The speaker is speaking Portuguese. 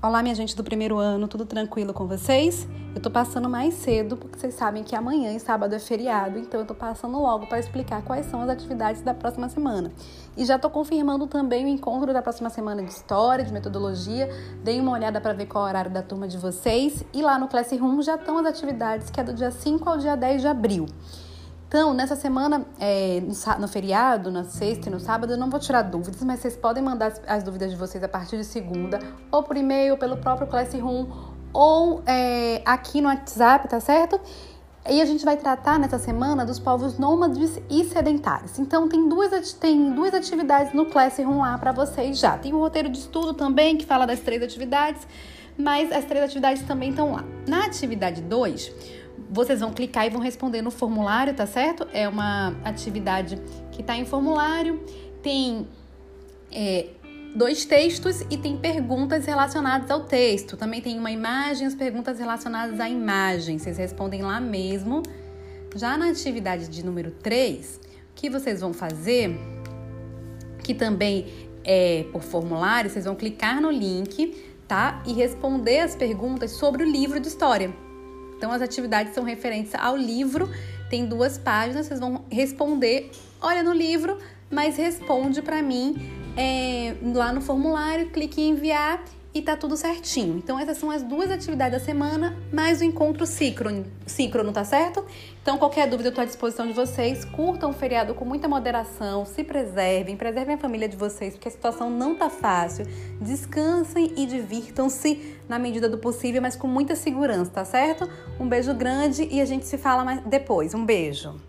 Olá, minha gente do primeiro ano, tudo tranquilo com vocês? Eu tô passando mais cedo, porque vocês sabem que amanhã e sábado é feriado, então eu tô passando logo para explicar quais são as atividades da próxima semana. E já tô confirmando também o encontro da próxima semana de História, de Metodologia. Deem uma olhada para ver qual é o horário da turma de vocês. E lá no Classroom já estão as atividades, que é do dia 5 ao dia 10 de abril. Então, nessa semana, no feriado, na sexta e no sábado, eu não vou tirar dúvidas, mas vocês podem mandar as dúvidas de vocês a partir de segunda, ou por e-mail, ou pelo próprio Classroom, ou aqui no WhatsApp, tá certo? E a gente vai tratar nessa semana dos povos nômades e sedentários. Então, tem duas atividades no Classroom lá para vocês já. Tem um roteiro de estudo também, que fala das 3 atividades, mas as 3 atividades também estão lá. Na atividade 2, vocês vão clicar e vão responder no formulário, tá certo? É uma atividade que tá em formulário, tem 2 textos e tem perguntas relacionadas ao texto. Também tem uma imagem, as perguntas relacionadas à imagem. Vocês respondem lá mesmo. Já na atividade de número 3, o que vocês vão fazer, que também é por formulário, vocês vão clicar no link, tá? E responder as perguntas sobre o livro de história. Então, as atividades são referentes ao livro, tem 2 páginas, vocês vão responder, olha no livro, mas responde para mim lá no formulário, clique em enviar e tá tudo certinho. Então, essas são as 2 atividades da semana, mais o encontro síncrono, tá certo? Então, qualquer dúvida eu tô à disposição de vocês. Curtam o feriado com muita moderação, se preservem a família de vocês, porque a situação não tá fácil. Descansem e divirtam-se na medida do possível, mas com muita segurança, tá certo? Um beijo grande e a gente se fala mais depois. Um beijo!